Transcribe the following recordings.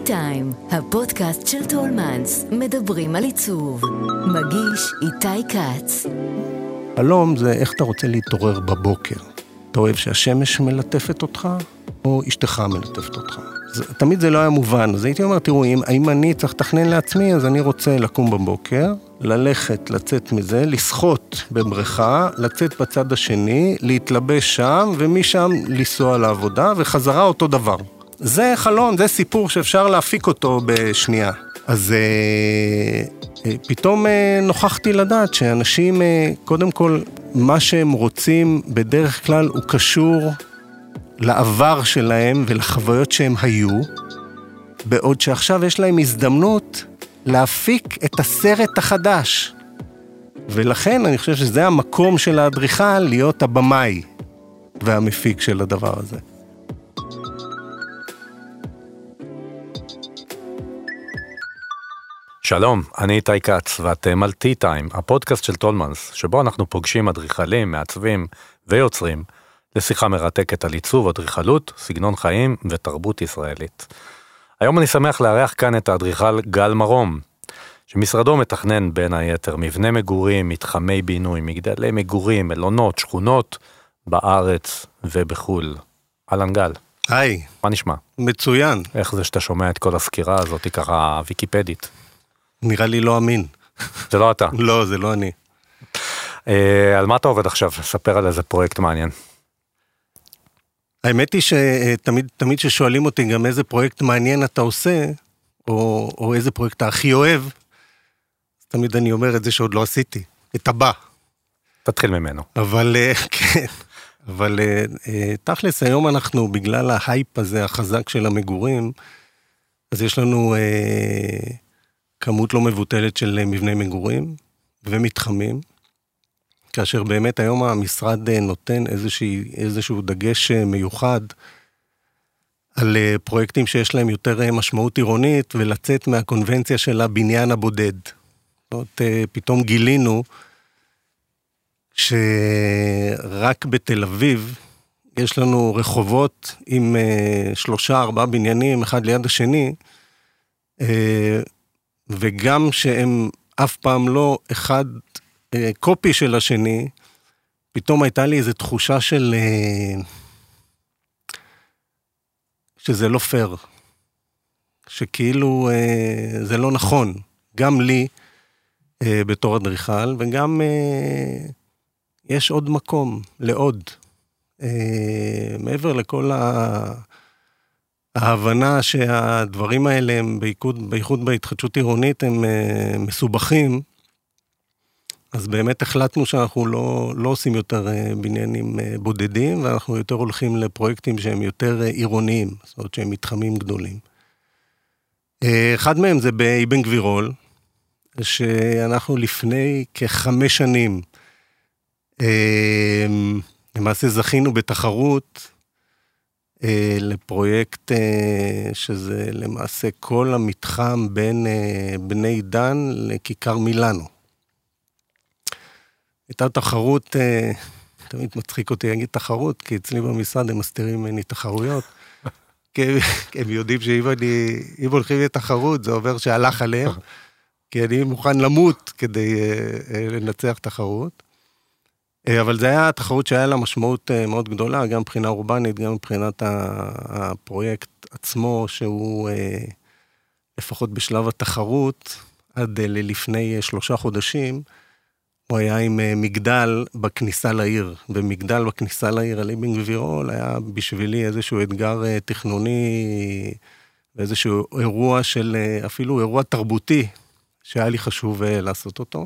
טיים, הפודקאסט של טולמנס, מדברים על עיצוב. מגיש איתי קץ. חלום זה איך אתה רוצה להתעורר בבוקר. אתה אוהב שהשמש מלטפת אותך, או אשתך מלטפת אותך. תמיד זה לא היה מובן, אז הייתי אומר, תראו, אם אני צריך לתכנן לעצמי, אז אני רוצה לקום בבוקר, לצאת מזה, לשחות בבריכה, לצאת בצד השני, להתלבש שם, ומשם לנסוע לעבודה, וחזרה אותו דבר. זה חלום, זה סיפור שאפשר להפיק אותו בשנייה. אז פתאום נוכחתי לדעת שאנשים, קודם כל, מה שהם רוצים בדרך כלל הוא קשור לעבר שלהם ולחוויות שהם היו, בעוד שעכשיו יש להם הזדמנות להפיק את הסרט החדש. ולכן אני חושב שזה המקום של האדריכל להיות הבמאי והמפיק של הדבר הזה. שלום, אני איתי קץ, ואתם על טי טיים, הפודקאסט של טולמנס, שבו אנחנו פוגשים אדריכלים, מעצבים ויוצרים לשיחה מרתקת על עיצוב, אדריכלות, סגנון חיים ותרבות ישראלית. היום אני שמח לארח כאן את האדריכל גל מרום, שמשרדו מתכנן בין היתר מבנה מגורים, מתחמי בינוי, מגדלי מגורים, מלונות, שכונות, בארץ ובחול. אהלן גל. היי. מה נשמע? מצוין. איך זה שאתה שומע את כל הסקירה הזאת, ככה ויקיפדית? נראה לי לא אמין. זה לא אתה. לא, זה לא אני. על מה אתה עובד עכשיו? ספר על איזה פרויקט מעניין. האמת היא שתמיד ששואלים אותי גם איזה פרויקט מעניין אתה עושה, או איזה פרויקט אתה הכי אוהב, תמיד אני אומר את זה שעוד לא עשיתי, את הבא. תתחיל ממנו. אבל כן, אבל תכלס היום אנחנו, בגלל ההייפ הזה החזק של המגורים, אז יש לנו כמות לא מבוטלת של מבני מגורים ומתחמים, כאשר באמת היום המשרד נותן איזשהו דגש מיוחד על פרויקטים שיש להם יותר משמעות עירונית, ולצאת מהקונבנציה של הבניין הבודד. זאת אומרת, פתאום גילינו שרק בתל אביב יש לנו רחובות עם 3-4 בניינים, אחד ליד השני, וגם שהם אף פעם לא אחד קופי של השני, פתאום הייתה לי איזו תחושה של שזה לא פייר, שכאילו זה לא נכון, גם לי בתור אדריכל, וגם יש עוד מקום לעוד, מעבר לכל ההבנה שהדברים האלה הם בייחוד בהתחדשות עירונית הם מסובכים, אז באמת החלטנו שאנחנו לא עושים יותר בניינים בודדים, ואנחנו יותר הולכים לפרויקטים שהם יותר עירוניים, זאת אומרת שהם מתחמים גדולים. אחד מהם זה באבן גבירול, שאנחנו לפני כ5 שנים, למעשה זכינו בתחרות, לפרויקט שזה למעשה כל המתחם בין בני דן לכיכר מילאנו. הייתה תחרות, תמיד מצחיק אותי להגיד תחרות, כי אצלי במשרד הם מסתירים ממני תחרויות, כי הם יודעים שאם הולכים לתחרות, זה עובר שהלך עליהם, כי אני מוכן למות כדי לנצח תחרות. אבל זה היה תחרות שהיה לה משמעות מאוד גדולה, גם מבחינה אורבנית, גם מבחינת הפרויקט עצמו, שהוא לפחות בשלב התחרות, עד לפני 3 חודשים, הוא היה עם מגדל בכניסה לעיר, ומגדל בכניסה לעיר על אבן גבירול היה בשבילי איזשהו אתגר תכנוני, ואיזשהו אירוע של, אפילו אירוע תרבותי, שהיה לי חשוב לעשות אותו.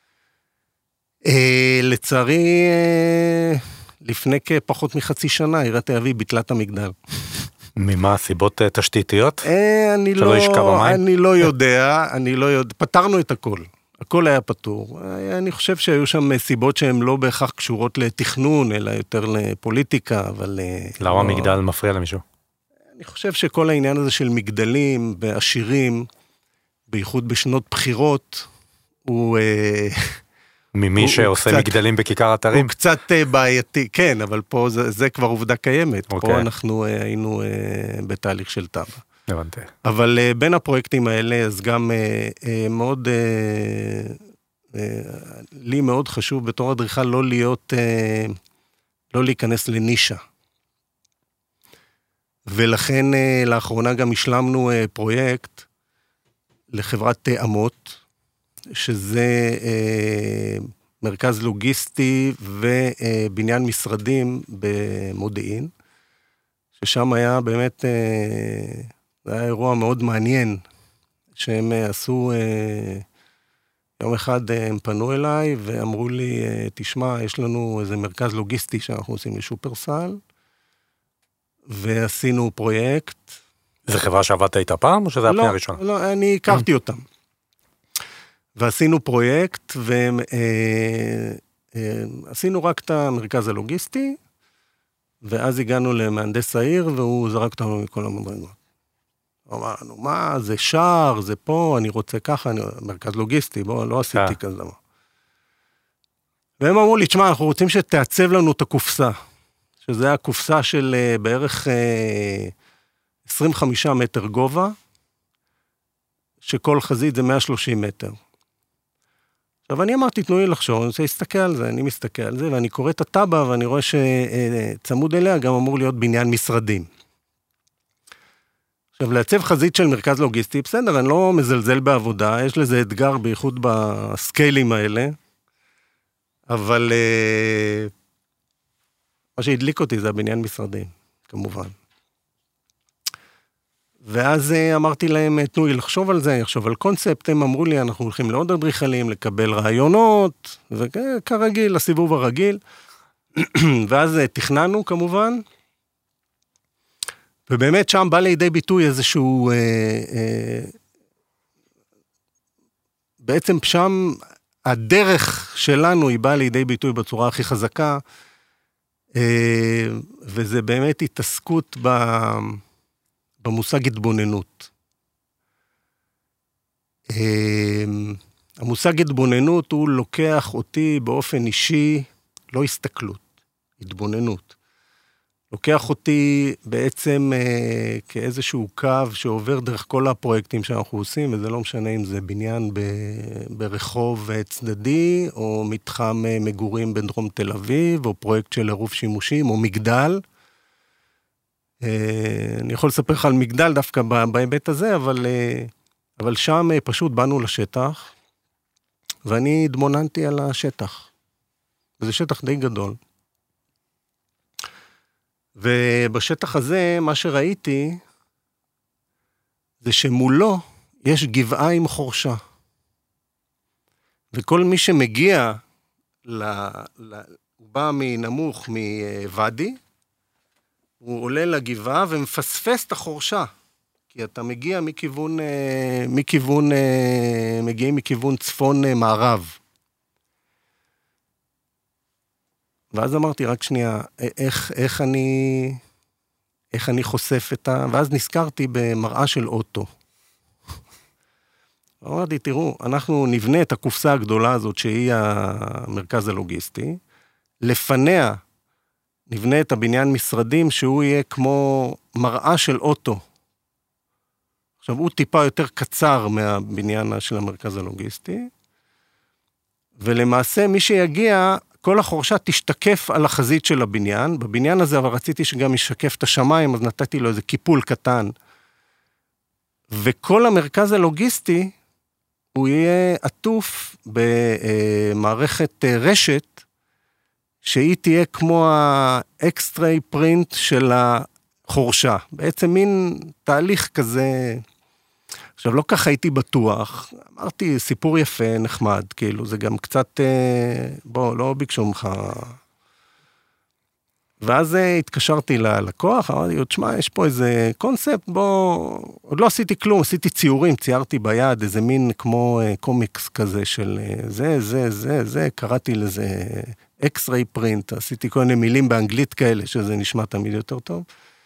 לצערי, לפני כפחות מחצי שנה, עיריית תל אביב ביטלה את המגדל. ממה? סיבות תשתיתיות? אני לא יודע, פתרנו את הכל. הכל היה פתור. אני חושב שהיו שם סיבות שהן לא בהכרח קשורות לתכנון, אלא יותר לפוליטיקה, אבל... למה המגדל מפריע למישהו? אני חושב שכל העניין הזה של מגדלים ועשירים, בייחוד בשנות בחירות, הוא... ממי שעושה מגדלים בכיכר אתרים? הוא קצת בעייתי, כן, אבל פה זה כבר עובדה קיימת. פה אנחנו היינו בתהליך של תב"ע. הבנתי. אבל בין הפרויקטים האלה, אז גם מאוד, לי מאוד חשוב בתור אדריכל לא להיכנס לנישה. ולכן לאחרונה גם השלמנו פרויקט לחברת אמות, שזה מרכז לוגיסטי ובניין משרדים במודיעין, ששם היה באמת, זה היה אירוע מאוד מעניין, שהם עשו, יום אחד הם פנו אליי ואמרו לי, תשמע, יש לנו איזה מרכז לוגיסטי שאנחנו עושים לשופרסל, ועשינו פרויקט. זה חברה שעבדת איתה פעם, או שזה הפנייה הראשונה? לא, אני הכרתי אותם. ועשינו פרויקט, ועשינו רק את המרכז הלוגיסטי, ואז הגענו למהנדס העיר, והוא זרק אותנו מכל המדרגות. הוא אמר לנו, מה, זה שער, זה פה, אני רוצה ככה, מרכז לוגיסטי, בוא, לא עשיתי כזה דבר. והם אמרו לי, תשמע, אנחנו רוצים שתעצב לנו את הקופסה, שזה הקופסה של בערך 25 מטר גובה, שכל חזית זה 130 מטר. עכשיו, אני אמרתי, תנו לי לחשוב, אני רוצה להסתכל על זה, אני מסתכל על זה, ואני קורא את הטאבה, ואני רואה שצמוד אליה גם אמור להיות בניין משרדים. עכשיו, לעצב חזית של מרכז לוגיסטי, בסדר, אני לא מזלזל בעבודה, יש לזה אתגר בייחוד בסקיילים האלה, אבל מה שהדליק אותי זה הבניין משרדים, כמובן. ואז אמרתי להם, תנו לי לחשוב על זה, לחשוב על קונספט, הם אמרו לי, אנחנו הולכים לעוד אדריכלים, לקבל רעיונות, וכרגיל, הסיבוב הרגיל, ואז תכננו כמובן, ובאמת שם בא לידי ביטוי איזשהו, בעצם שם הדרך שלנו היא באה לידי ביטוי בצורה הכי חזקה, וזה באמת התעסקות במושג התבוננות. המושג התבוננות הוא לוקח אותי באופן אישי, לא הסתכלות, התבוננות. לוקח אותי בעצם כאיזשהו קו שעובר דרך כל הפרויקטים שאנחנו עושים, וזה לא משנה אם זה בניין ברחוב צדדי, או מתחם מגורים בדרום תל אביב, או פרויקט של עירוב שימושים, או מגדל. אני יכול לספר לך על מגדל דווקא בהיבט הזה, אבל שם פשוט באנו לשטח, ואני התבוננתי על השטח. וזה שטח די גדול. ובשטח הזה, מה שראיתי, זה שמולו יש גבעה עם חורשה. וכל מי שמגיע, הוא בא מנמוך, מוואדי, הוא עולה לגבעה ומפספס את החורשה. כי אתה מגיע מגיעים מכיוון צפון מערב. ואז אמרתי, רק שנייה, איך אני חושף ואז נזכרתי במראה של אוטו. אמרתי, תראו, אנחנו נבנה את הקופסה הגדולה הזאת, שהיא המרכז הלוגיסטי, לפניה נבנה את הבניין משרדים, שהוא יהיה כמו מראה של אוטו. עכשיו, הוא טיפה יותר קצר מהבניין של המרכז הלוגיסטי, ולמעשה מי שיגיע, כל החורשה תשתקף על החזית של הבניין, בבניין הזה, אבל רציתי שגם ישקף את השמיים, אז נתתי לו איזה קיפול קטן, וכל המרכז הלוגיסטי, הוא יהיה עטוף במערכת רשת, שהיא תהיה כמו האקסטרי פרינט של החורשה, בעצם מין תהליך כזה, עכשיו לא ככה הייתי בטוח, אמרתי סיפור יפה, נחמד, כאילו זה גם קצת, בוא, לא ביקשו ממך, ואז התקשרתי ללקוח, אמרתי לו, תשמע, יש פה איזה קונספט, בוא, עוד לא עשיתי כלום, עשיתי ציורים, ציירתי ביד, איזה מין כמו קומיקס כזה של זה, קראתי לזה אקס-ריי פרינט, עשיתי כל מיני מילים באנגלית כאלה, שזה נשמע תמיד יותר טוב,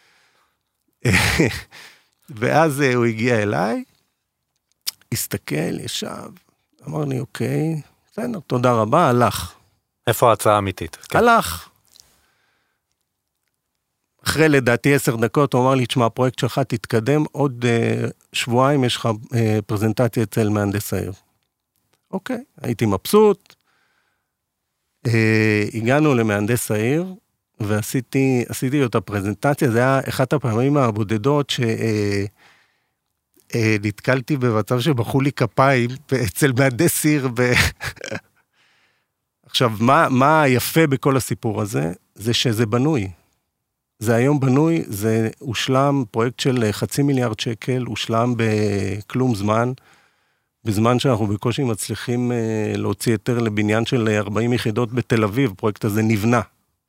ואז הוא הגיע אליי, הסתכל, ישב, אמר לי, אוקיי, בסדר, תודה רבה, הלך. איפה ההצעה האמיתית? הלך. אחרי לדעתי 10 דקות, הוא אמר לי, תשמע, הפרויקט שלך תתקדם, עוד שבועיים יש לך פרזנטציה אצל מהנדס העיר. אוקיי, הייתי מבסוט, הגענו למהנדס העיר, ועשיתי את הפרזנטציה, זה היה אחת הפעמים הבודדות נתקלתי במצב שבחו לי כפיים אצל מהנדס עיר. עכשיו, מה היפה בכל הסיפור הזה? זה שזה בנוי. זה היום בנוי, זה הושלם, פרויקט של 500,000,000 שקל, הושלם בכלום זמן, בזמן שאנחנו בקושי מצליחים להוציא יותר לבניין של 40 יחידות בתל אביב, הפרויקט הזה נבנה.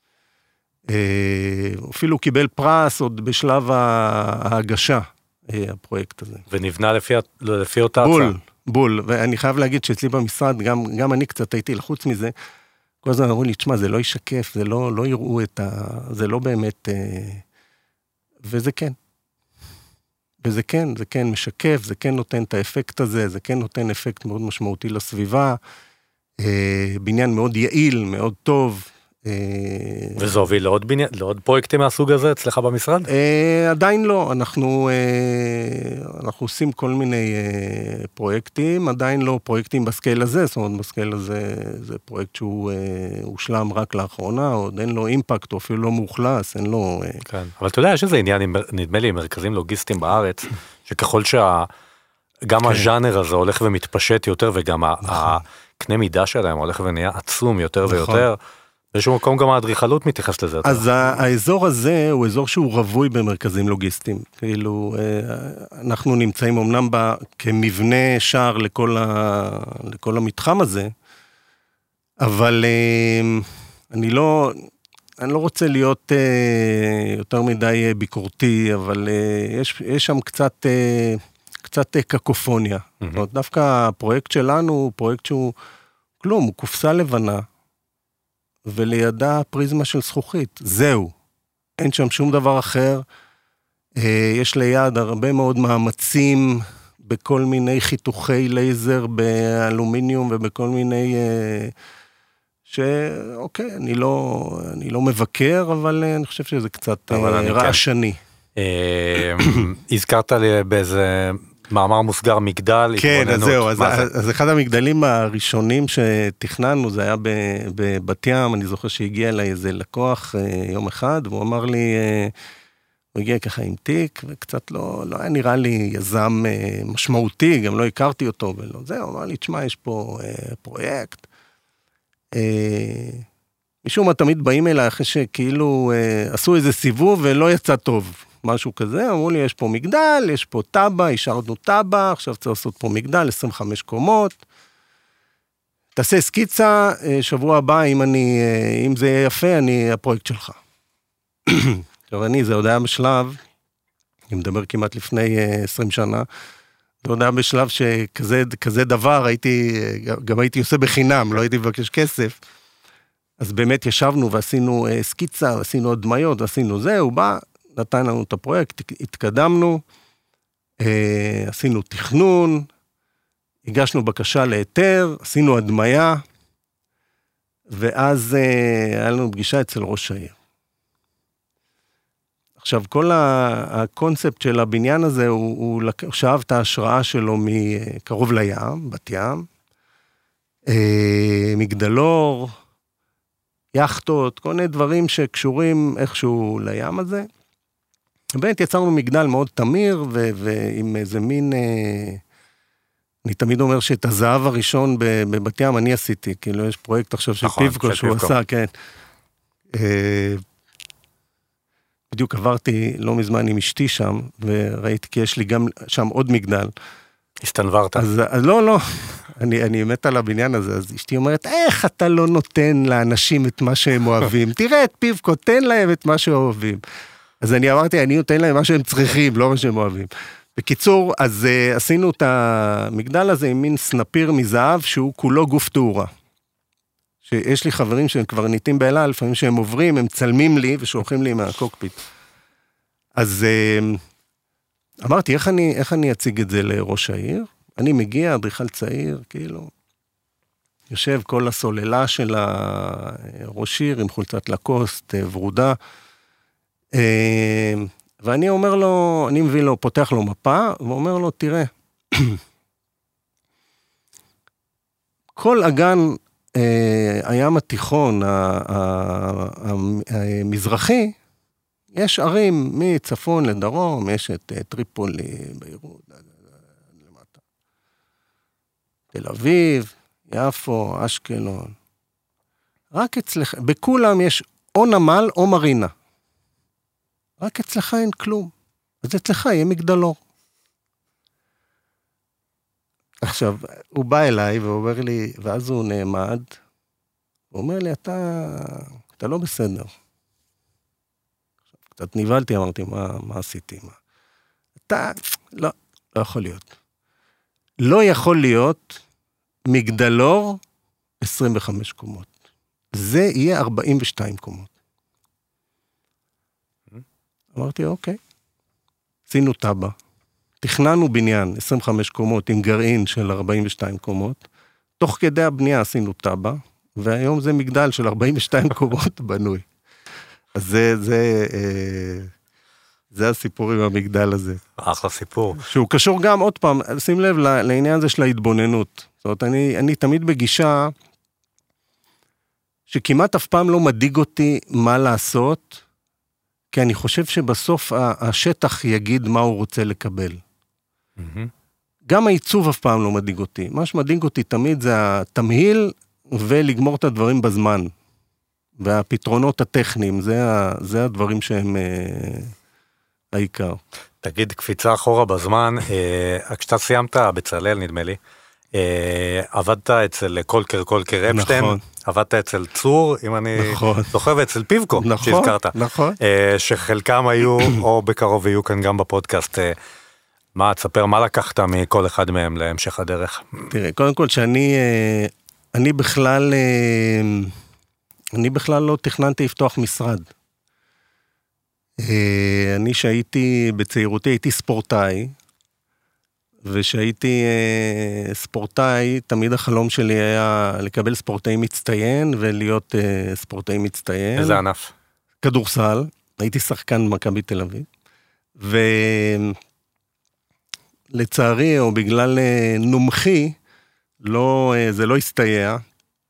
אפילו קיבל פרס עוד בשלב ההגשה, הפרויקט הזה. ונבנה לפי אותה הצעה. בול, ואני חייב להגיד שאצלי במשרד, גם אני קצת הייתי לחוץ מזה, כל הזמן אמרו לי, תשמע, זה לא ישקף, זה לא יראו זה לא באמת, וזה כן. וזה כן, זה כן משקף, זה כן נותן את האפקט הזה, זה כן נותן אפקט מאוד משמעותי לסביבה, בניין מאוד יעיל, מאוד טוב. וזה הוביל לעוד פרויקטים מהסוג הזה אצלך במשרד? עדיין לא, אנחנו עושים כל מיני פרויקטים, עדיין לא פרויקטים בסקייל הזה, זאת אומרת בסקייל הזה זה פרויקט שהוא הושלם רק לאחרונה, עוד אין לו אימפקט, או אפילו לא מאוכלס, אין לו... כן, אבל אתה יודע, יש איזה עניין, נדמה לי, מרכזים לוגיסטיים בארץ, שככל גם הז'אנר הזה הולך ומתפשט יותר, וגם הקנה מידה שלהם הולך ונהיה עצום יותר ויותר, באיזשהו מקום גם האדריכלות מתייחס לזה. אז האזור הזה הוא אזור שהוא רווי במרכזים לוגיסטיים. כאילו, אנחנו נמצאים אמנם כמבנה שער לכל המתחם הזה, אבל אני לא רוצה להיות יותר מדי ביקורתי, אבל יש שם קצת קקופוניה. דווקא הפרויקט שלנו הוא פרויקט שהוא כלום, הוא קופסה לבנה, ולידה פריזמה של זכוכית. זהו. אין שם שום דבר אחר. יש ליד הרבה מאוד מאמצים בכל מיני חיתוכי לייזר באלומיניום ובכל מיני... אוקיי, אני לא מבקר, אבל אני חושב שזה קצת רעשני. הזכרת לי באיזה... מאמר מוסגר מגדל, כן, אז זהו, אז אחד המגדלים הראשונים שתכננו, זה היה בבת ים, אני זוכר שהגיע אליי איזה לקוח יום אחד, והוא אמר לי, הוא הגיע ככה עם תיק, וקצת לא היה נראה לי יזם משמעותי, גם לא הכרתי אותו, ולא זה, הוא אמר לי, תשמע, יש פה פרויקט, משום מה תמיד באים אליי, אחרי שכאילו עשו איזה סיבוב, ולא יצא טוב. משהו כזה, אמרו לי, יש פה מגדל, יש פה טאבה, השארנו טאבה, עכשיו צריך לעשות פה מגדל, 25 קומות, תעשה סקיצה, שבוע הבא, אם זה יהיה יפה, הפרויקט שלך. עכשיו זה עוד היה בשלב, אני מדבר כמעט לפני 20 שנה, זה עוד היה בשלב שכזה דבר, גם הייתי עושה בחינם, לא הייתי מבקש כסף, אז באמת ישבנו ועשינו סקיצה, ועשינו הדמיות, ועשינו זה, הוא בא, נתן לנו את הפרויקט, התקדמנו, עשינו תכנון, הגשנו בקשה להיתר, עשינו הדמיה, ואז היה לנו פגישה אצל ראש העיר. עכשיו, כל הקונספט של הבניין הזה, הוא שאב את ההשראה שלו מקרוב לים, בת ים, מגדלור, יחטות, כל מיני דברים שקשורים איכשהו לים הזה, באמת יצרנו מגדל מאוד תמיר, ועם איזה מין, אני תמיד אומר שאת הזהב הראשון בבת ים אני עשיתי, כאילו יש פרויקט עכשיו של פיבקו שהוא עשה, כן. בדיוק עברתי לא מזמן עם אשתי שם, וראיתי כי יש לי גם שם עוד מגדל. הסתנברת. אז לא, אני מת על הבניין הזה, אז אשתי אומרת, איך אתה לא נותן לאנשים את מה שהם אוהבים? תראה את פיבקו, תן להם את מה שהם אוהבים. אז אני אמרתי, אני נותן להם מה שהם צריכים, לא מה שהם אוהבים. בקיצור, אז עשינו את המגדל הזה עם מין סנפיר מזהב, שהוא כולו גוף תאורה. שיש לי חברים שהם כבר ניתים באלה, לפעמים שהם עוברים, הם צלמים לי ושולחים לי מהקוקפיט. אז אמרתי, איך אני אציג את זה לראש העיר? אני מגיע, אדריכל צעיר, כאילו, יושב כל הסוללה של הראש עיר עם חולצת לקוסט, ורודה, ואני אומר לו, אני מביא לו, פותח לו מפה, ואומר לו, תראה, כל אגן הים התיכון המזרחי, יש ערים מצפון לדרום, יש את טריפולי, ביירות, למטה. תל אביב, יפו, אשקלון. רק אצלך, בכולם יש או נמל או מרינה. רק אצלך אין כלום. אז אצלך יהיה מגדלור. עכשיו, הוא בא אליי ואומר לי, ואז הוא נעמד, הוא אומר לי, אתה לא בסדר. קצת ניבלתי, אמרתי, מה עשיתי? אתה, לא יכול להיות. לא יכול להיות מגדלור 25 קומות. זה יהיה 42 קומות. אמרתי, אוקיי. עשינו טאבה. תכננו בניין 25 קומות עם גרעין של 42 קומות. תוך כדי הבנייה עשינו טאבה, והיום זה מגדל של 42 קומות בנוי. אז זה הסיפור עם המגדל הזה. אחלה סיפור. שהוא קשור גם, עוד פעם, שים לב לעניין הזה של ההתבוננות. זאת אומרת, אני תמיד בגישה שכמעט אף פעם לא מדאיג אותי מה לעשות, כי אני חושב שבסוף השטח יגיד מה הוא רוצה לקבל. גם העיצוב אף פעם לא מדאיג אותי. מה שמדאיג אותי תמיד זה התמהיל ולגמור את הדברים בזמן. והפתרונות הטכניים, זה הדברים שהם העיקר. תגיד, קפיצה אחורה בזמן, כשאתה סיימת בצלאל, נדמה לי, עבדת אצל קולקר אפשטיין, עבדת אצל צור, אם אני זוכר, ואצל פיבקו, שהזכרת, שחלקם היו, או בקרוב יהיו כאן גם בפודקאסט. תספר, מה לקחת מכל אחד מהם להמשך הדרך? תראה, קודם כל שאני בכלל לא תכננתי לפתוח משרד. אני שהייתי בצעירותי, הייתי ספורטאי, ושהייתי ספורטאי, תמיד החלום שלי היה לקבל ספורטאי מצטיין, ולהיות ספורטאי מצטיין. איזה ענף? כדורסל, הייתי שחקן מכבי תל אביב, ולצערי, או בגלל נומחי, זה לא הסתייע,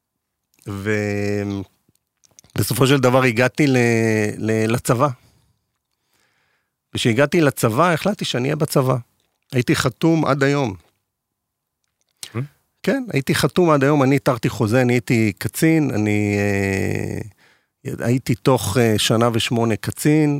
ובסופו של דבר הגעתי לצבא. כשהגעתי לצבא, החלטתי שאני אהיה בצבא. הייתי חתום עד היום. כן, הייתי חתום עד היום, אני התרתי חוזה, אני הייתי קצין, הייתי תוך 1.8 שנה קצין,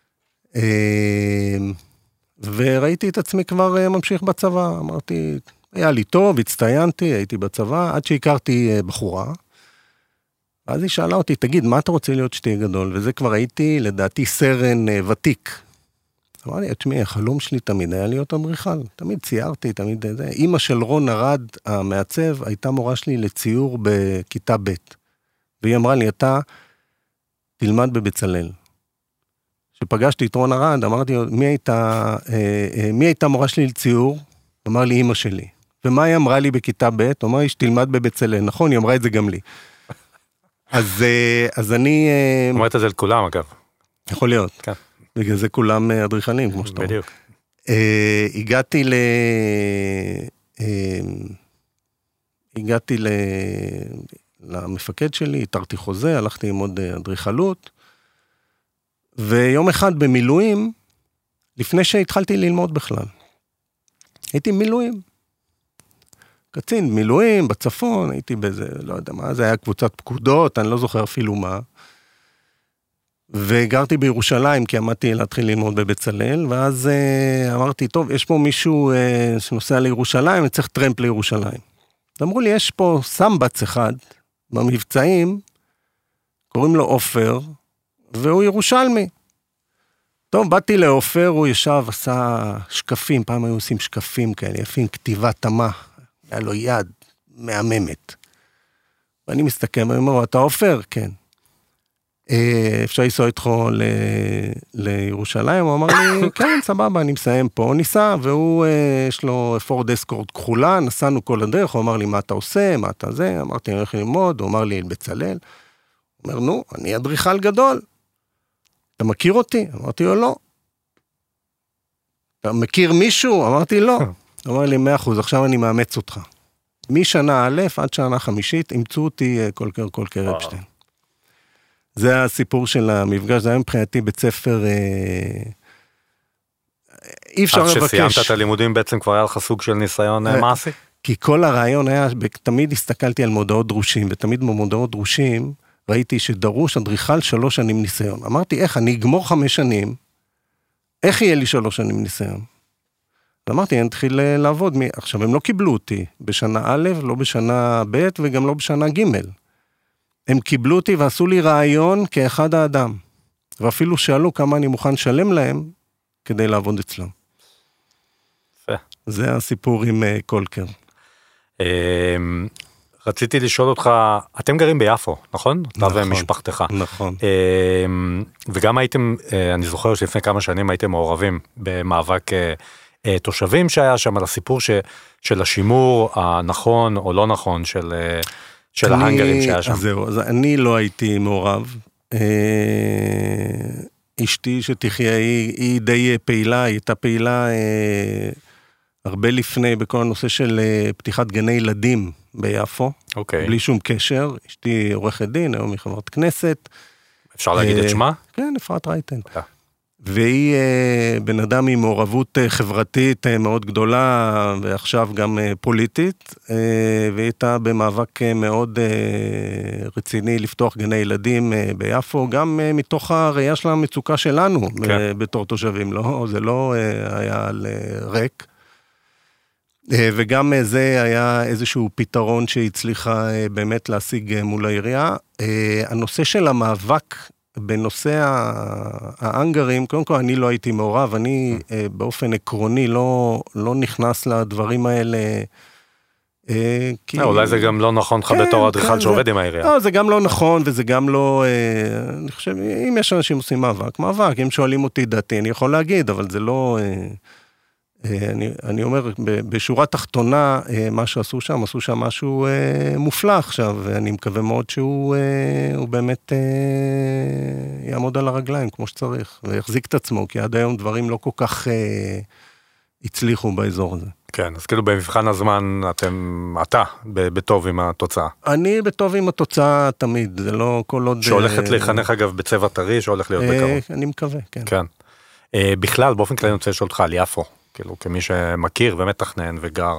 וראיתי את עצמי כבר ממשיך בצבא. אמרתי, היה לי טוב, הצטיינתי, הייתי בצבא, עד שהכרתי בחורה, ואז היא שאלה אותי, תגיד, מה אתה רוצה להיות שתהיה גדול? וזה כבר הייתי, לדעתי, סרן ותיק. אמר לי, תשמעי, החלום שלי תמיד היה להיות אדריכל. תמיד ציירתי, תמיד זה. אמא של רון ארד, המעצב, הייתה מורה שלי לציור בכיתה ב'. והיא אמרה לי, אתה תלמד בבצלאל. כשפגשתי את רון ארד, אמרתי, מי הייתה מורה שלי לציור? אמר לי, אמא שלי. ומה היא אמרה לי בכיתה ב'? אמרה לי, שתלמד בבצלאל. נכון, היא אמרה את זה גם לי. אז אני... אומרת את זה לכולם, אגב. יכול להיות. כן. בגלל זה כולם אדריכלים, כמו שאתה אומר. בדיוק. הגעתי למפקד שלי, התרתי חוזה, הלכתי עם עוד אדריכלות, ויום אחד במילואים, לפני שהתחלתי ללמוד בכלל, הייתי מילואים. קצין מילואים בצפון, הייתי באיזה, לא יודע מה, זה היה קבוצת פקודות, אני לא זוכר אפילו מה, וגרתי בירושלים, כי עמדתי להתחיל ללמוד בבצלאל, ואז אמרתי, טוב, יש פה מישהו שנוסע לירושלים, אני צריך טרמפ לירושלים. אמרו לי, יש פה סמבץ אחד, במבצעים, קוראים לו אופר, והוא ירושלמי. טוב, באתי לאופר, הוא ישב, עשה שקפים, פעם היו עושים שקפים כאלה, יפים, כתיבה תמה, היה לו יד מהממת. ואני מסתכל, ואני אומר, אתה אופר? כן. אפשר לנסוע איתך לירושלים? הוא אמר לי, כן, סבבה, אני מסיים פה. הוא ניסה, והוא, יש לו פורד אסקורט כחולה, נסענו כל הדרך, הוא אמר לי, מה אתה עושה? מה אתה זה? אמרתי, אני הולך ללמוד, הוא אמר לי, בצלאל. הוא אומר, נו, אני אדריכל גדול. אתה מכיר אותי? אמרתי לו, לא. אתה מכיר מישהו? אמרתי, לא. אמר לי, 100%, עכשיו אני מאמץ אותך. משנה א' עד שנה חמישית, אימצו אותי קולקר אפשטיין. זה הסיפור של המפגש, זה היה מבחינתי בית ספר, אי אפשר לבקש. אז שסיימת את הלימודים בעצם כבר היה לך סוג של ניסיון מעשי? כי כל הרעיון היה, תמיד הסתכלתי על מודעות דרושים, ותמיד במודעות דרושים, ראיתי שדרוש אדריכל 3 שנים ניסיון. אמרתי, איך, אני אגמור 5 שנים, איך יהיה לי 3 שנים ניסיון? אמרתי, אני אתחיל לעבוד. עכשיו, הם לא קיבלו אותי בשנה א', לא בשנה ב', וגם לא בשנה ג'. הם קיבלו אותי ועשו לי רעיון כאחד האדם. ואפילו שאלו כמה אני מוכן לשלם להם, כדי לעבוד אצלם. זה הסיפור עם קולקר. רציתי לשאול אותך, אתם גרים ביפו, נכון? אתה ומשפחתך. נכון. וגם הייתם, אני זוכר שלפני כמה שנים הייתם מעורבים במאבק תושבים שהיה שם, על הסיפור של השימור הנכון או לא נכון של ההנגרים שהיה שם. זהו, אז אני לא הייתי מעורב. אשתי שתחיה היא די פעילה, היא הייתה פעילה הרבה לפני בכל הנושא של פתיחת גני ילדים ביפו. אוקיי. בלי שום קשר. אשתי עורכת דין, היום היא חברת כנסת. אפשר להגיד את שמה? כן, אפרת רייטן. והיא בן אדם עם מעורבות חברתית מאוד גדולה, ועכשיו גם פוליטית, והיא הייתה במאבק מאוד רציני לפתוח גני ילדים ביפו, גם מתוך הראייה של המצוקה שלנו, בתור תושבים, לא, זה לא היה על ריק. וגם זה היה איזשהו פתרון שהצליחה באמת להשיג מול העירייה. הנושא של המאבק בנושא האנגרים, קודם כל אני לא הייתי מעורב, אני באופן עקרוני לא נכנס לדברים האלה. אולי זה גם לא נכון לך בתור אדריכל שעובד עם העירייה. לא, זה גם לא נכון, וזה גם לא, אני חושב, אם יש אנשים עושים מאבק, אם שואלים אותי דעתי, אני יכול להגיד, אבל זה לא, אני אומר, בשורה תחתונה, מה שעשו שם, עשו שם משהו מופלא עכשיו, ואני מקווה מאוד שהוא באמת יעמוד על הרגליים כמו שצריך, ויחזיק את עצמו, כי עד היום דברים לא כל כך הצליחו באזור הזה. כן, אז כאילו במבחן הזמן אתה בטוב עם התוצאה. אני בטוב עם התוצאה תמיד, זה לא כל עוד... שהולכת להיחנך אגב בצבע טרי, שהולך להיות בקרוב. אני מקווה, כן. כן. בכלל, באופן כללי אני רוצה לשאול אותך על יפו, כאילו כמי שמכיר ומתכנן וגר.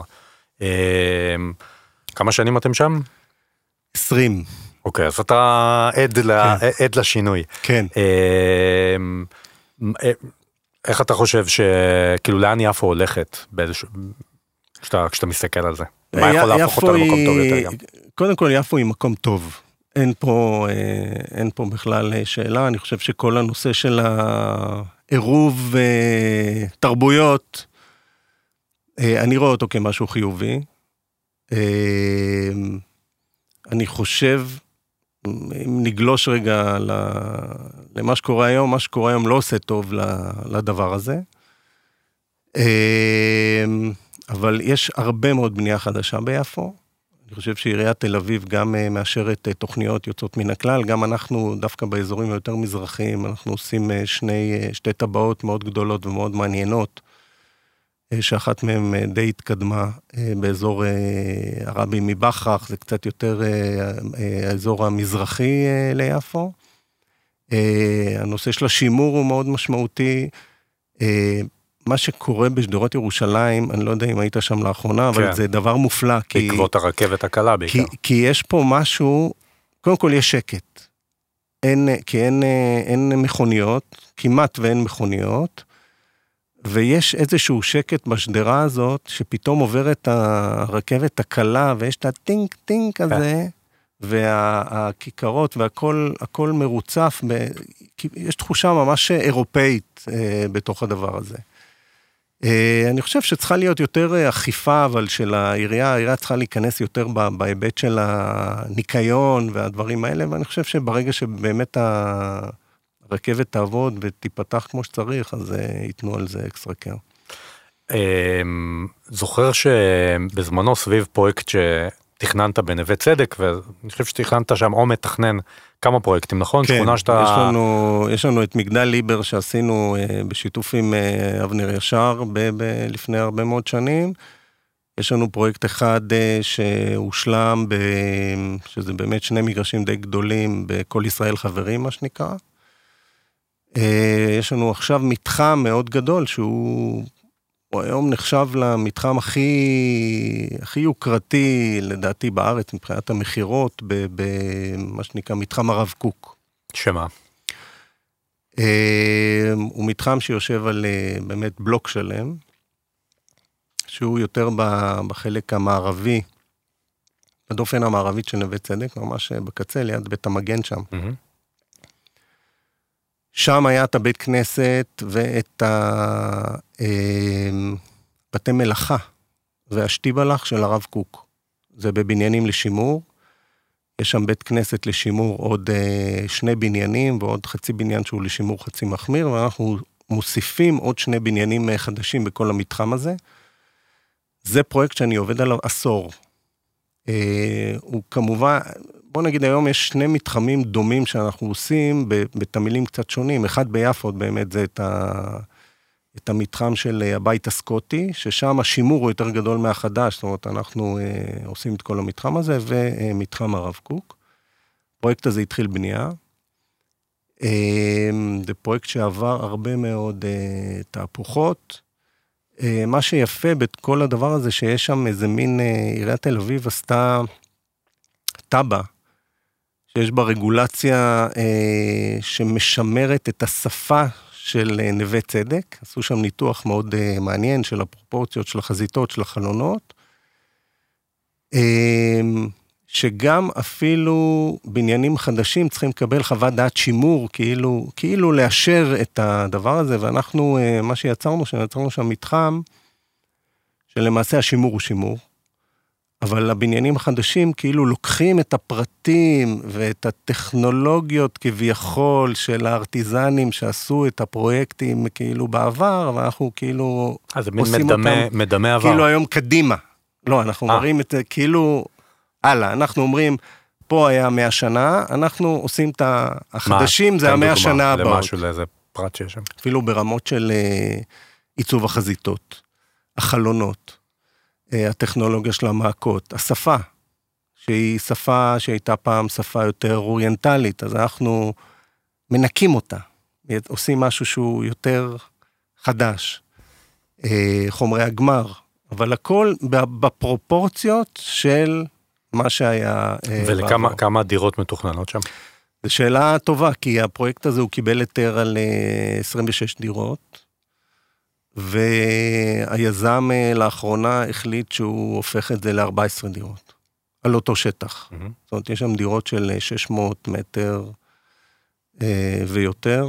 כמה שנים אתם שם? 20. אוקיי, אז אתה עד לשינוי. כן. איך אתה חושב כאילו לאן יפו הולכת כשאתה מסתכל על זה? מה יכול להפוך אותה למקום טוב יותר גם? קודם כל יפו היא מקום טוב. אין פה בכלל שאלה. אני חושב שכל הנושא של העירוב תרבויות, אני רואה אותו כמשהו חיובי. אני חושב, אם נגלוש רגע למה שקורה היום, מה שקורה היום לא עושה טוב לדבר הזה. אבל יש הרבה מאוד בנייה חדשה ביפו. אני חושב שעיריית תל אביב גם מאשרת תוכניות יוצאות מן הכלל, גם אנחנו דווקא באזורים היותר מזרחיים, אנחנו עושים שתי טבעות מאוד גדולות ומאוד מעניינות, שאחת מהן די התקדמה באזור הרבי מבחרח, זה קצת יותר האזור המזרחי ליפו. הנושא של השימור הוא מאוד משמעותי. מה שקורה בשדרות ירושלים, אני לא יודע אם היית שם לאחרונה, אבל זה דבר מופלא. בעקבות הרכבת הקלה בעיקר. כי יש פה משהו, קודם כל יש שקט. כי אין מכוניות, כמעט ואין מכוניות, ויש איזשהו שקט בשדרה הזאת, שפתאום עוברת הרכבת הקלה, ויש את הטינק טינק הזה, והכיכרות והכל מרוצף, יש תחושה ממש אירופאית בתוך הדבר הזה. אני חושב שצריכה להיות יותר אכיפה, אבל של העירייה צריכה להיכנס יותר בהיבט של הניקיון והדברים האלה, ואני חושב שברגע שבאמת הרכבת תעבוד ותיפתח כמו שצריך, אז ייתנו על זה אקסטרה קר. זוכר שבזמנו סביב פרויקט תכננת בנווה צדק, ואני חושב שתכננת שם או מתכנן כמה פרויקטים, נכון? כן, שכונה שאתה... יש לנו את מגדל ליבר שעשינו בשיתוף עם אבנר ישר לפני הרבה מאוד שנים. יש לנו פרויקט אחד שהושלם, שזה באמת 2 מגרשים די גדולים, בכל ישראל חברים, מה שנקרא. יש לנו עכשיו מתחם מאוד גדול, שהוא היום נחשב למתחם הכי יוקרתי, לדעתי בארץ, מבחינת המחירות, במה שנקרא מתחם הרב קוק. שמה? הוא מתחם שיושב על באמת בלוק שלם, שהוא יותר בחלק המערבי, בדופן המערבית של נווה צדק, ממש בקצה, ליד בית המגן שם. שם היה את הבית כנסת ואת בתי מלאכה והשטיבלח של הרב קוק. זה בבניינים לשימור. יש שם בית כנסת לשימור עוד 2 בניינים ועוד חצי בניין שהוא לשימור חצי מחמיר, ואנחנו מוסיפים עוד 2 בניינים חדשים בכל המתחם הזה. זה פרויקט שאני עובד עליו עשור. הוא כמובן, בוא נגיד היום יש 2 מתחמים דומים שאנחנו עושים בתמילים קצת שונים. אחד ביפו באמת זה את המתחם של הבית הסקוטי, ששם השימור הוא יותר גדול מהחדש, זאת אומרת אנחנו עושים את כל המתחם הזה, ומתחם הרב קוק. הפרויקט הזה התחיל בנייה. זה פרויקט שעבר הרבה מאוד תהפוכות. מה שיפה בכל הדבר הזה, שיש שם איזה מין, עיריית תל אביב עשתה טאבה, שיש בה רגולציה שמשמרת את השפה של נווה צדק. עשו שם ניתוח מאוד מעניין של הפרופורציות, של החזיתות, של החלונות, שגם אפילו בניינים חדשים צריכים לקבל חוות דעת שימור, כאילו לאשר את הדבר הזה, ואנחנו, מה שיצרנו שם מתחם, שלמעשה השימור הוא שימור, אבל הבניינים החדשים כאילו לוקחים את הפרטים ואת הטכנולוגיות כביכול של הארטיזנים שעשו את הפרויקטים כאילו בעבר, ואנחנו כאילו עושים אותם מדמה עבר. כאילו היום קדימה. לא, אנחנו מראים את זה כאילו הלאה, אנחנו אומרים, פה היה 100 שנה, אנחנו עושים את החדשים, זה 100 שנה הבאות. למשהו, לאיזה פרט שיש שם. אפילו ברמות של עיצוב החזיתות, החלונות, הטכנולוגיה של המעקות, השפה, שהיא שפה שהייתה פעם שפה יותר אוריינטלית, אז אנחנו מנקים אותה, עושים משהו שהוא יותר חדש, חומרי הגמר, אבל הכל בפרופורציות של מה שהיה... ולכמה דירות מתוכננות שם? זו שאלה טובה, כי הפרויקט הזה הוא קיבל היתר על 26 דירות, והיזם לאחרונה החליט שהוא הופך את זה ל-14 דירות, על אותו שטח. זאת אומרת, יש שם דירות של 600 מטר ויותר,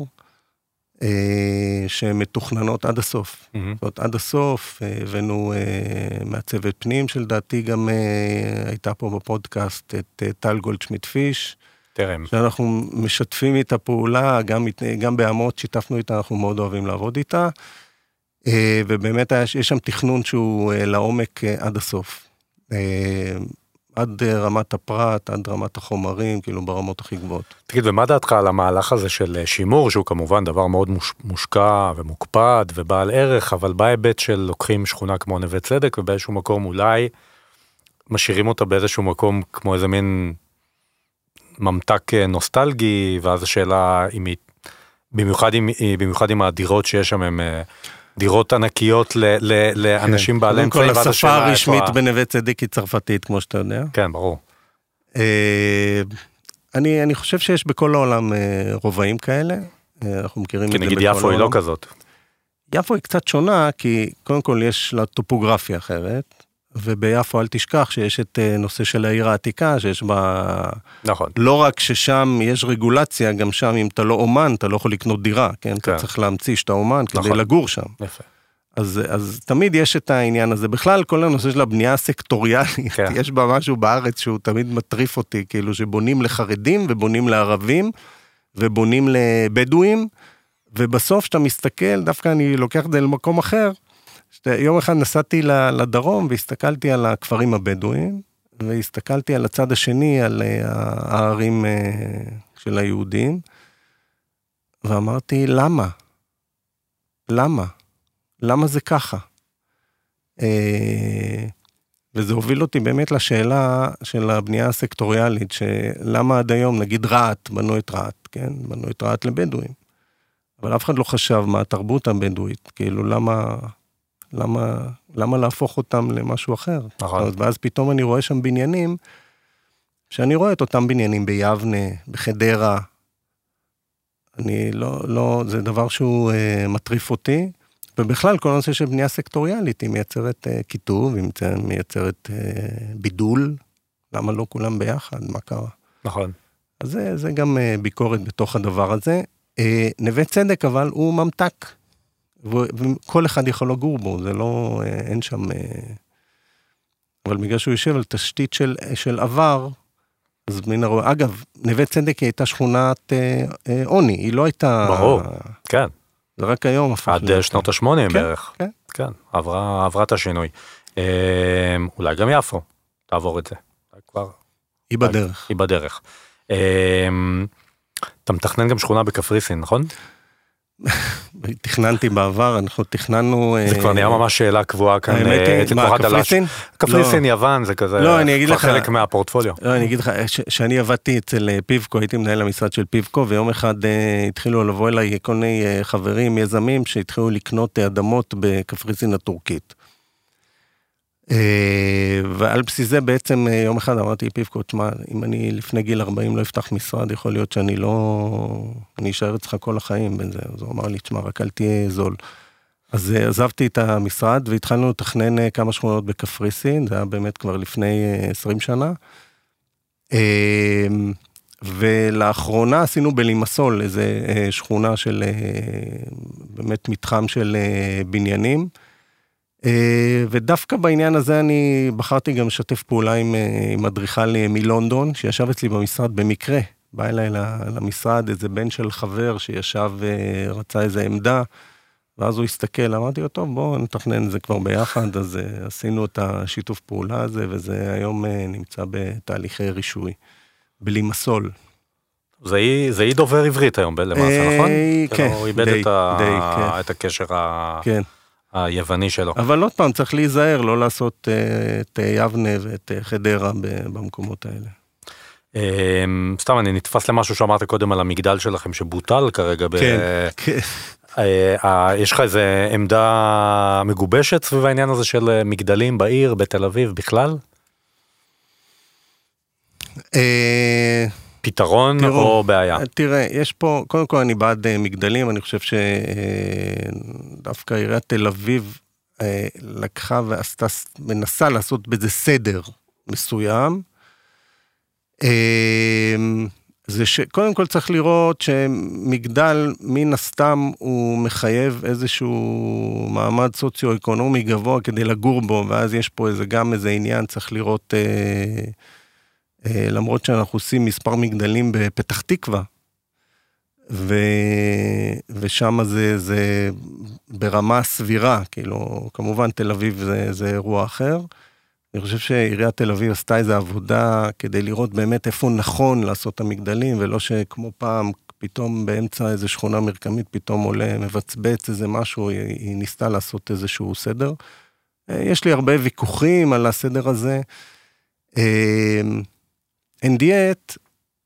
שמתוכננות עד הסוף. זאת אומרת, עד הסוף הבאנו מעצבת פנים, שלדעתי גם הייתה פה בפודקאסט את טל גולדשמיט פיש, תרם. שאנחנו משתפים איתה פעולה, גם בעמות שיתפנו איתה, אנחנו מאוד אוהבים לעבוד איתה, ובאמת יש שם תכנון שהוא לעומק עד הסוף. עד רמת הפרט, עד רמת החומרים, כאילו ברמות הכי גבוהות. תגיד, ומה דעתך על המהלך הזה של שימור, שהוא כמובן דבר מאוד מושקע ומוקפד ובעל ערך, אבל בהיבט של לוקחים שכונה כמו נווה צדק, ובאיזשהו מקום אולי משאירים אותה באיזשהו מקום כמו איזה מין ממתק נוסטלגי, ואז השאלה, במיוחד עם הדירות שיש שם, הם דירות ענקיות לאנשים בעלי אמצעים. קודם כל, השפה הרשמית בנווה צדק היא צרפתית, כמו שאתה יודע. כן, ברור. אני חושב שיש בכל העולם רובעים כאלה. אנחנו מכירים את זה בכל העולם. כי נגיד יפו היא לא כזאת. יפו היא קצת שונה, כי קודם כל יש לה טופוגרפיה אחרת, וביפו אל תשכח שיש את נושא של העיר העתיקה, שיש בה... נכון. לא רק ששם יש רגולציה, גם שם אם אתה לא אומן, אתה לא יכול לקנות דירה, כן? אתה צריך להמציא שאתה אומן כדי לגור שם. יפה. אז תמיד יש את העניין הזה. בכלל, כל הנושא של הבנייה הסקטוריאלית, יש בה משהו בארץ שהוא תמיד מטריף אותי, כאילו שבונים לחרדים ובונים לערבים, ובונים לבדואים, ובסוף שאתה מסתכל, דווקא אני לוקח את זה למקום אחר, יום אחד נסעתי לדרום והסתכלתי על הכפרים הבדואים, והסתכלתי על הצד השני, על הערים של היהודים, ואמרתי, למה? למה? למה זה ככה? וזה הוביל אותי באמת לשאלה של הבנייה הסקטוריאלית, שלמה עד היום, נגיד רעת, בנו את רעת, כן? בנו את רעת לבדואים. אבל אף אחד לא חשב מה התרבות הבדואית, כאילו למה להפוך אותם למשהו אחר? נכון. ואז פתאום אני רואה שם בניינים, שאני רואה את אותם בניינים ביבנה, בחדרה, זה דבר שהוא מטריף אותי, ובכלל כל הנושא של בנייה סקטוריאלית, היא מייצרת כיתוב, היא מייצרת בידול, למה לא כולם ביחד, מה קרה? נכון. אז זה גם ביקורת בתוך הדבר הזה. נווה צדק אבל הוא ממתק, וכל אחד יכול לגור בו, זה לא, אין שם, אבל בגלל שהוא יושב על תשתית של עבר, אז מן הרואה, אגב, נווה צדק היא הייתה שכונת עוני, היא לא הייתה... ברור, כן. זה רק היום הפך עד שנות ה-80 בערך. כן. כן, עברה את השינוי. אולי גם יפו, תעבור את זה. כבר... היא בדרך. היא בדרך. אתה מתכנן גם שכונה בקפריסין, נכון? תכננתי בעבר, אנחנו תכננו... זה כבר נהיה ממש שאלה קבועה כאן. האמת היא, מה, קפריסין? קפריסין, יוון, זה כזה... לא, אני אגיד לך... חלק מהפורטפוליו. לא, אני אגיד לך, שאני עבדתי אצל פיבקו, הייתי מנהל המשרד של פיבקו, ויום אחד התחילו לבוא אליי כל מיני חברים, יזמים, שהתחילו לקנות אדמות בקפריסין הטורקית. ועל בסיס זה בעצם יום אחד אמרתי פיבקו, תשמע, אם אני לפני גיל 40 לא אפתח משרד, יכול להיות שאני לא... אני אשאר אצלך כל החיים בין זה. אז הוא אמר לי, תשמע, רק אל תהיה זול. אז עזבתי את המשרד והתחלנו לתכנן כמה שכונות בקפריסין, זה היה באמת כבר לפני 20 שנה. ולאחרונה עשינו בלימסול איזה שכונה של באמת מתחם של בניינים, ודווקא בעניין הזה אני בחרתי גם לשתף פעולה עם אדריכל מלונדון, שישב אצלי במשרד במקרה, בא אליי למשרד איזה בן של חבר שישב ורצה איזה עמדה, ואז הוא הסתכל, אמרתי לו, טוב, בואו נתכנן את זה כבר ביחד, אז עשינו את השיתוף פעולה הזה, וזה היום נמצא בתהליכי רישוי, בלימסול. זה היא דובר עברית היום למעשה, נכון? כן, הוא איבד את הקשר היווני שלו. אבל עוד פעם, צריך להיזהר, לא לעשות את יבנה ואת חדרה במקומות האלה. סתם, אני נתפס למשהו שאמרת קודם על המגדל שלכם, שבוטל כרגע. כן. יש לך איזה עמדה מגובשת סביב העניין הזה של מגדלים בעיר, בתל אביב, בכלל? פתרון או בעיה? תראה, יש פה, קודם כל אני בעד מגדלים, אני חושב שדווקא עיריית תל אביב לקחה מנסה לעשות בזה סדר מסוים. זה שקודם כל צריך לראות שמגדל מן הסתם הוא מחייב איזשהו מעמד סוציו-אקונומי גבוה כדי לגור בו, ואז יש פה גם איזה עניין, צריך לראות, למרות שאנחנו עושים מספר מגדלים בפתח תקווה, ושם זה ברמה סבירה, כאילו, כמובן תל אביב זה אירוע אחר, אני חושב שעיריית תל אביב עשתה איזו עבודה כדי לראות באמת איפה נכון לעשות את המגדלים, ולא שכמו פעם, פתאום באמצע איזו שכונה מרקמית, פתאום עולה, מבצבץ איזה משהו, היא ניסתה לעשות איזשהו סדר. יש לי הרבה ויכוחים על הסדר הזה. אין דיאט,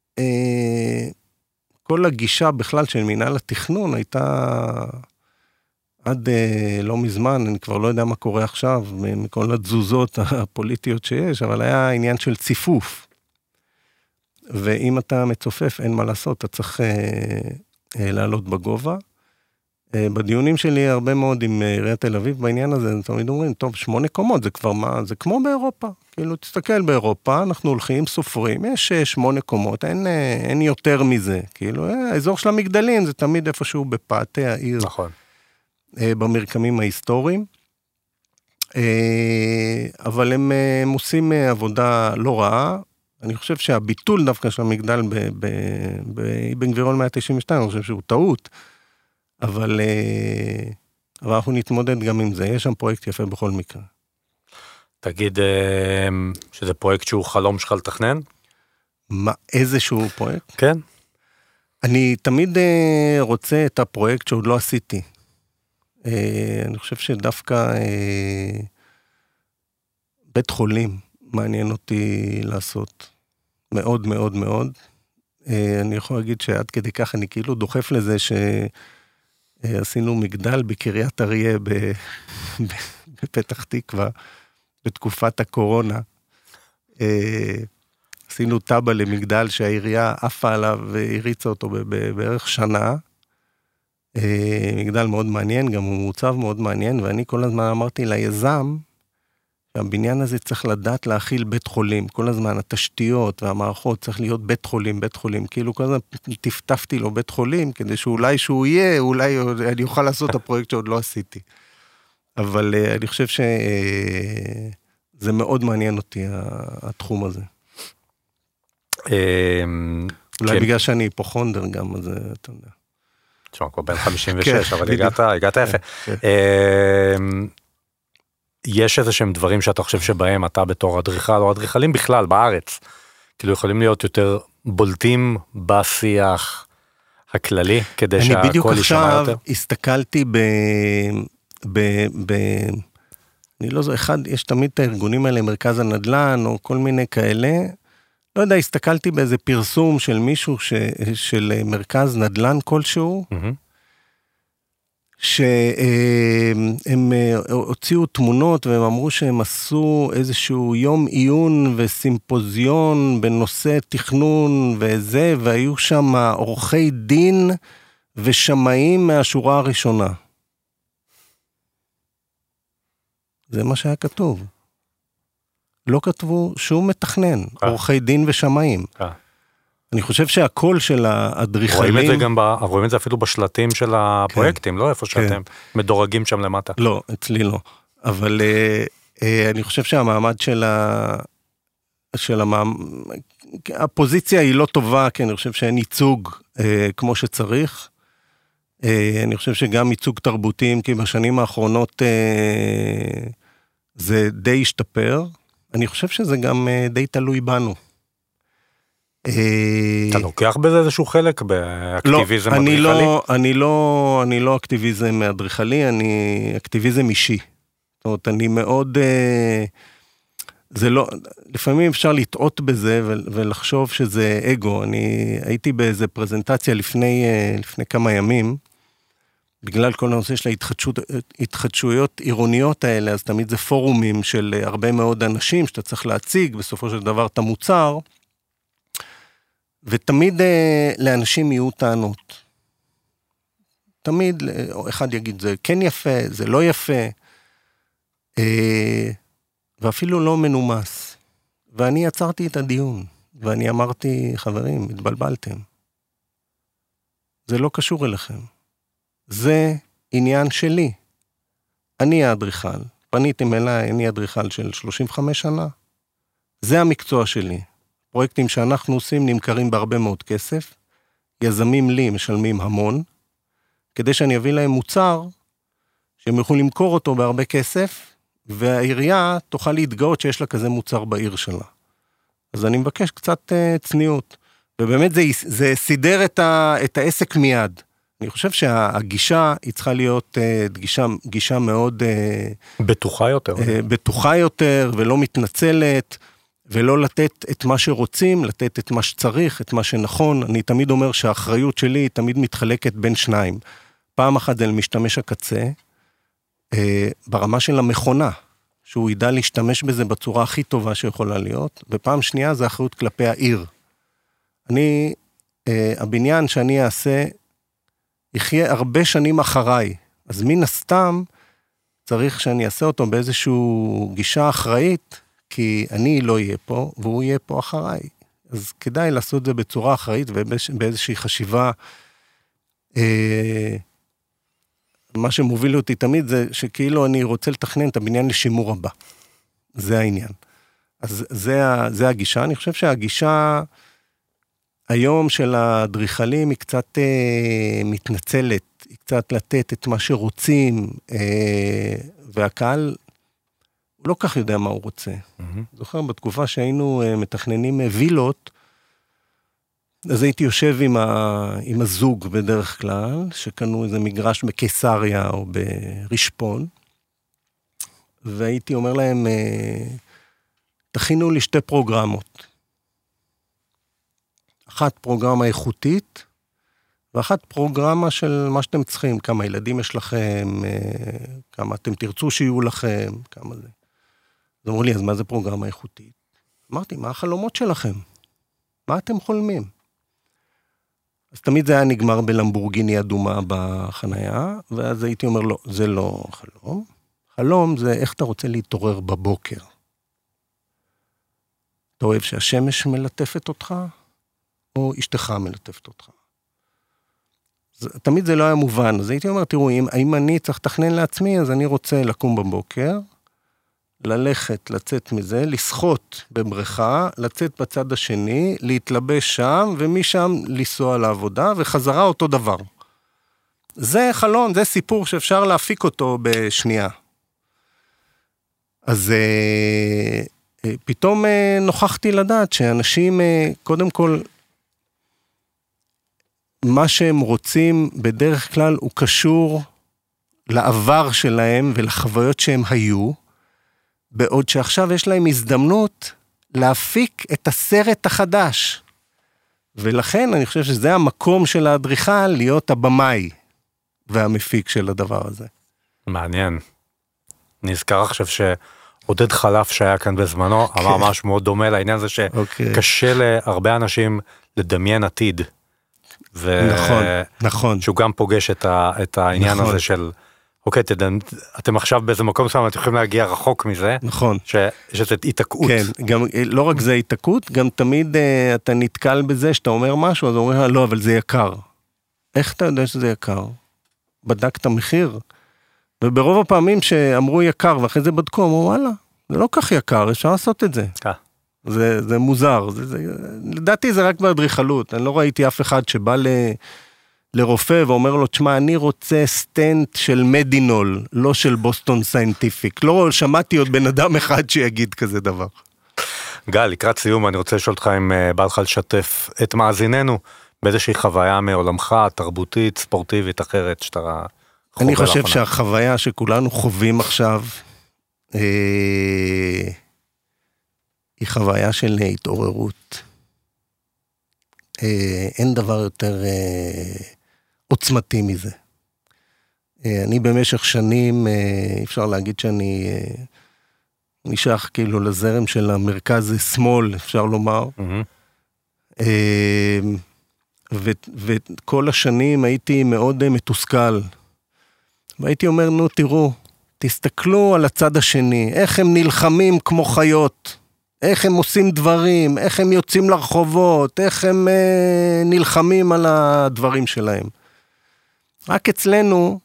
כל הגישה בכלל של מינהל התכנון הייתה... עד לא מזמן, אני כבר לא יודע מה קורה עכשיו, מכל התזוזות הפוליטיות שיש, אבל היה עניין של ציפוף. ואם אתה מצופף, אין מה לעשות, אתה צריך לעלות בגובה. בדיונים שלי הרבה מאוד עם עיריית תל אביב בעניין הזה, תמיד אומרים, טוב, 8 קומות, זה כבר מה, זה כמו באירופה. כאילו, תסתכל באירופה, אנחנו הולכים, סופרים, יש 8 קומות, אין יותר מזה. כאילו, האזור של המגדלים זה תמיד איפשהו בפאתי העיר. נכון. במרקמים ההיסטוריים, אבל הם עושים עבודה לא רעה, אני חושב שהביטול דווקא של המגדל באבן גבירול 192, אני חושב שהוא טעות, אבל אנחנו נתמודד גם עם זה, יש שם פרויקט יפה בכל מקרה. תגיד שזה פרויקט שהוא חלום שלך לתכנן? מה, איזשהו פרויקט? כן. אני תמיד רוצה את הפרויקט שעוד לא עשיתי. אני חושב שדווקא בית חולים מעניין אותי לעשות. מאוד מאוד מאוד. אני יכול להגיד שעד כדי כך אני כאילו דוחף לזה שעשינו מגדל בקריית אריה בפתח תקווה, בתקופת הקורונה. עשינו טאבה למגדל שהעירייה עפה עליו והריצה אותו בערך שנה. מגדל מאוד מעניין, גם הוא מוצב מאוד מעניין, ואני כל הזמן אמרתי ליזם, שהבניין הזה צריך לדעת להכיל בית חולים, כל הזמן התשתיות והמערכות צריך להיות בית חולים, בית חולים, כאילו כל הזמן טפטפתי לו בית חולים, כדי שאולי שהוא יהיה, אולי אני אוכל לעשות את הפרויקט שעוד לא עשיתי. אבל אני חושב שזה מאוד מעניין אותי, התחום הזה. אולי בגלל שאני היפוכונדר גם, אז אתה יודע. תשמע, כבר בין 56, אבל הגעת יפה. יש איזה שהם דברים שאתה חושב שבהם אתה בתור אדריכל, או אדריכלים בכלל בארץ, כאילו יכולים להיות יותר בולטים בשיח הכללי, כדי שהכל יישמע יותר? אני בדיוק עכשיו הסתכלתי אני לא זו, יש תמיד את הארגונים האלה, מרכז הנדל"ן, או כל מיני כאלה, לא יודע, הסתכלתי באיזה פרסום של מישהו, של מרכז נדל"ן כלשהו, שהם הוציאו תמונות, והם אמרו שהם עשו איזשהו יום עיון וסימפוזיון בנושא תכנון וזה, והיו שם עורכי דין ושמאים מהשורה הראשונה. זה מה שהיה כתוב. לא כתבו שום מתכנן, עורכי דין ושמאים. אני חושב שהכל של האדריכלים... רואים את זה גם, רואים את זה אפילו בשלטים של הפרויקטים, לא איפה שאתם מדורגים שם למטה. לא, אצלי לא. אבל אני חושב שהמעמד הפוזיציה היא לא טובה, כי אני חושב שאין ייצוג כמו שצריך. אני חושב שגם ייצוג תרבותיים, כי בשנים האחרונות זה די השתפר. אני חושב שזה גם די תלוי בנו. אתה לוקח בזה איזשהו חלק באקטיביזם אדריכלי? אני לא אקטיביזם אדריכלי, אני אקטיביזם אישי. זאת אומרת, אני מאוד... זה לא... לפעמים אפשר לטעות בזה ולחשוב שזה אגו. אני הייתי באיזה פרזנטציה לפני כמה ימים, בגלל כל הנושא של ההתחדשויות עירוניות האלה, אז תמיד זה פורומים של הרבה מאוד אנשים שאתה צריך להציג, בסופו של דבר את המוצר, ותמיד לאנשים יהיו טענות. תמיד אחד יגיד, זה כן יפה, זה לא יפה, ואפילו לא מנומס. ואני עצרתי את הדיון, ואני אמרתי, חברים, התבלבלתם. זה לא קשור אליכם. זה עניין שלי. אני האדריכל. פניתם אליי, אני אדריכל של 35 שנה. זה המקצוע שלי. פרויקטים שאנחנו עושים נמכרים בהרבה מאוד כסף. יזמים לי משלמים המון, כדי שאני אביא להם מוצר, שהם יוכלו למכור אותו בהרבה כסף, והעירייה תוכל להתגאות שיש לה כזה מוצר בעיר שלה. אז אני מבקש קצת צניעות. ובאמת זה סידר את העסק מיד. אני חושב שהגישה היא צריכה להיות גישה מאוד... בטוחה יותר. בטוחה יותר, ולא מתנצלת, ולא לתת את מה שרוצים, לתת את מה שצריך, את מה שנכון. אני תמיד אומר שהאחריות שלי תמיד מתחלקת בין שניים. פעם אחת זה למשתמש הקצה, ברמה של המכונה, שהוא ידע להשתמש בזה בצורה הכי טובה שיכולה להיות, ופעם שנייה זה אחריות כלפי העיר. הבניין שאני אעשה, יחיה הרבה שנים אחריי, אז מן הסתם צריך שאני אעשה אותו באיזשהו גישה אחראית, כי אני לא אהיה פה, והוא יהיה פה אחריי. אז כדאי לעשות את זה בצורה אחראית, ובאיזושהי חשיבה, מה שמוביל אותי תמיד זה שכאילו אני רוצה לתכנן את הבניין לשימור הבא. זה העניין. אז זה הגישה. אני חושב שהגישה היום של האדריכלים היא קצת מתנצלת, היא קצת לתת את מה שרוצים, והקהל הוא לא כך יודע מה הוא רוצה. זוכר, בתקופה שהיינו מתכננים וילות, אז הייתי יושב עם הזוג בדרך כלל, שקנו איזה מגרש בקיסריה או ברשפון, והייתי אומר להם, תכינו לי 2 פרוגרמות. אחת פרוגרמה איכותית, ואחת פרוגרמה של מה שאתם צריכים, כמה ילדים יש לכם, כמה אתם תרצו שיהיו לכם, כמה זה. אז אמרו לי, אז מה זה פרוגרמה איכותית? אמרתי, מה החלומות שלכם? מה אתם חולמים? אז תמיד זה היה נגמר בלמבורגיני אדומה בחנייה, ואז הייתי אומר, לא, זה לא חלום. חלום זה איך אתה רוצה להתעורר בבוקר. אתה אוהב שהשמש מלטפת אותך, או אשתך מלטפת אותך. תמיד זה לא היה מובן, אז הייתי אומר, תראו, אם אני צריך לתכנן לעצמי, אז אני רוצה לקום בבוקר, ללכת, לצאת מזה, לשחות בבריכה, לצאת בצד השני, להתלבש שם, ומשם לנסוע לעבודה, וחזרה אותו דבר. זה חלום, זה סיפור שאפשר להפיק אותו בשנייה. אז פתאום נוכחתי לדעת שאנשים, קודם כל, מה שהם רוצים בדרך כלל הוא קשור לעבר שלהם ולחוויות שהם היו, בעוד שעכשיו יש להם הזדמנות להפיק את הסרט החדש. ולכן אני חושב שזה המקום של האדריכל להיות הבמאי והמפיק של הדבר הזה. מעניין. נזכר עכשיו שעודד חלף שהיה כאן בזמנו, אמר משהו מאוד דומה לעניין הזה שקשה להרבה אנשים לדמיין עתיד. נכון. שהוא גם פוגש את העניין הזה של, אוקיי, אתם עכשיו באיזה מקום מסוים, אתם יכולים להגיע רחוק מזה. נכון. שיש את התעקעות. כן, גם, לא רק זה התעקעות, גם תמיד אתה נתקל בזה שאתה אומר משהו, אז הוא אומר, לא, אבל זה יקר. איך אתה יודע שזה יקר? בדקת מחיר? וברוב הפעמים שאמרו יקר, ואחרי זה בדקו, אמרו, וואלה, זה לא כך יקר, אפשר לעשות את זה. זה מוזר, לדעתי זה רק באדריכלות, אני לא ראיתי אף אחד שבא לרופא ואומר לו, תשמע, אני רוצה סטנט של מדינול, לא של בוסטון סיינטיפיק, לא שמעתי עוד בן אדם אחד שיגיד כזה דבר. גל, לקראת סיום אני רוצה לשאול אותך אם בא לך לשתף את מאזיננו, באיזושהי חוויה מעולמך, תרבותית, ספורטיבית, אחרת, שאתה חווה לאחרונה. אני חושב שהחוויה שכולנו חווים עכשיו, היא חוויה של התעוררות. אין דבר יותר עוצמתי מזה. אני במשך שנים, אפשר להגיד שאני נשאר כאילו לזרם של המרכז שמאל, אפשר לומר. וכל השנים הייתי מאוד מתוסכל. והייתי אומר, נו תראו, תסתכלו על הצד השני, איך הם נלחמים כמו חיות, איך הם עושים דברים, איך הם יוצאים לרחובות, איך הם נלחמים על הדברים שלהם. רק אצלנו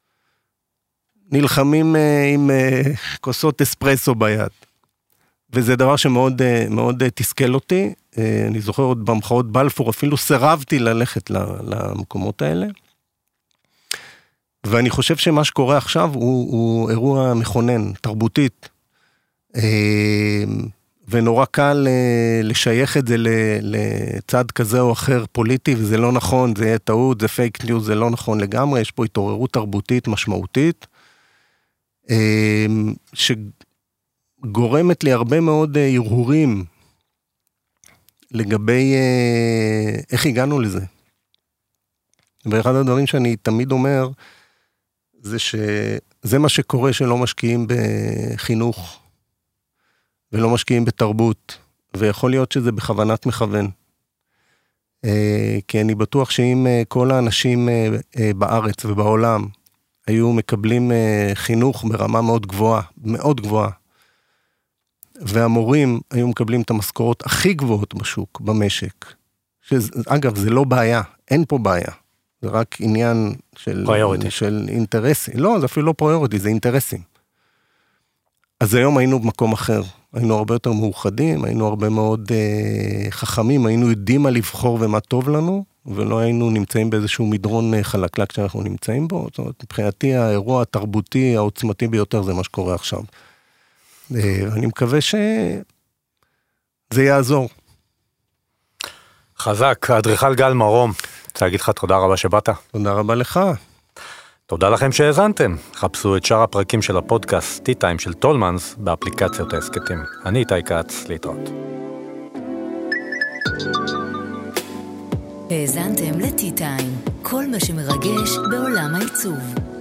נלחמים עם כוסות אספרסו ביד. וזה דבר שמאוד מאוד תסכל אותי. אני זוכר עוד במחאות בלפור, אפילו סירבתי ללכת למקומות האלה. ואני חושב שמה שקורה עכשיו הוא אירוע מכונן, תרבותית. ונורא קל לשייך את זה לצד כזה או אחר פוליטי, וזה לא נכון, זה יהיה טעות, זה פייק ניוז, זה לא נכון לגמרי, יש פה התעוררות תרבותית משמעותית, שגורמת לי הרבה מאוד הרהורים לגבי איך הגענו לזה. ואחד הדברים שאני תמיד אומר, זה שזה מה שקורה שלא משקיעים בחינוך, ולא משקיעים בתרבות, ויכול להיות שזה בכוונת מכוון. כי אני בטוח שאם כל האנשים בארץ ובעולם היו מקבלים חינוך ברמה מאוד גבוהה, מאוד גבוהה, והמורים היו מקבלים את המשכורות הכי גבוהות בשוק, במשק. אגב, זה לא בעיה, אין פה בעיה. זה רק עניין של אינטרסים. לא, זה אפילו לא פריוריטי, זה אינטרסים. אז היום היינו במקום אחר. היינו הרבה יותר מאוחדים, היינו הרבה מאוד חכמים, היינו יודעים מה לבחור ומה טוב לנו, ולא היינו נמצאים באיזשהו מדרון חלקלק שאנחנו נמצאים בו. זאת אומרת, מבחינתי האירוע התרבותי העוצמתי ביותר זה מה שקורה עכשיו. אני מקווה שזה יעזור. חזק, אדריכל גל מרום, רוצה להגיד לך תודה רבה שבאת. תודה רבה לך. תודה לכם שהאזנתם. חפשו את שאר הפרקים של הפודקאסט Tea Time של טולמנס באפליקציות ההסקטים. אני איתי כץ, להתראות. האזנתם ל-Tea Time, כל מה שמרגש בעולם העיצוב.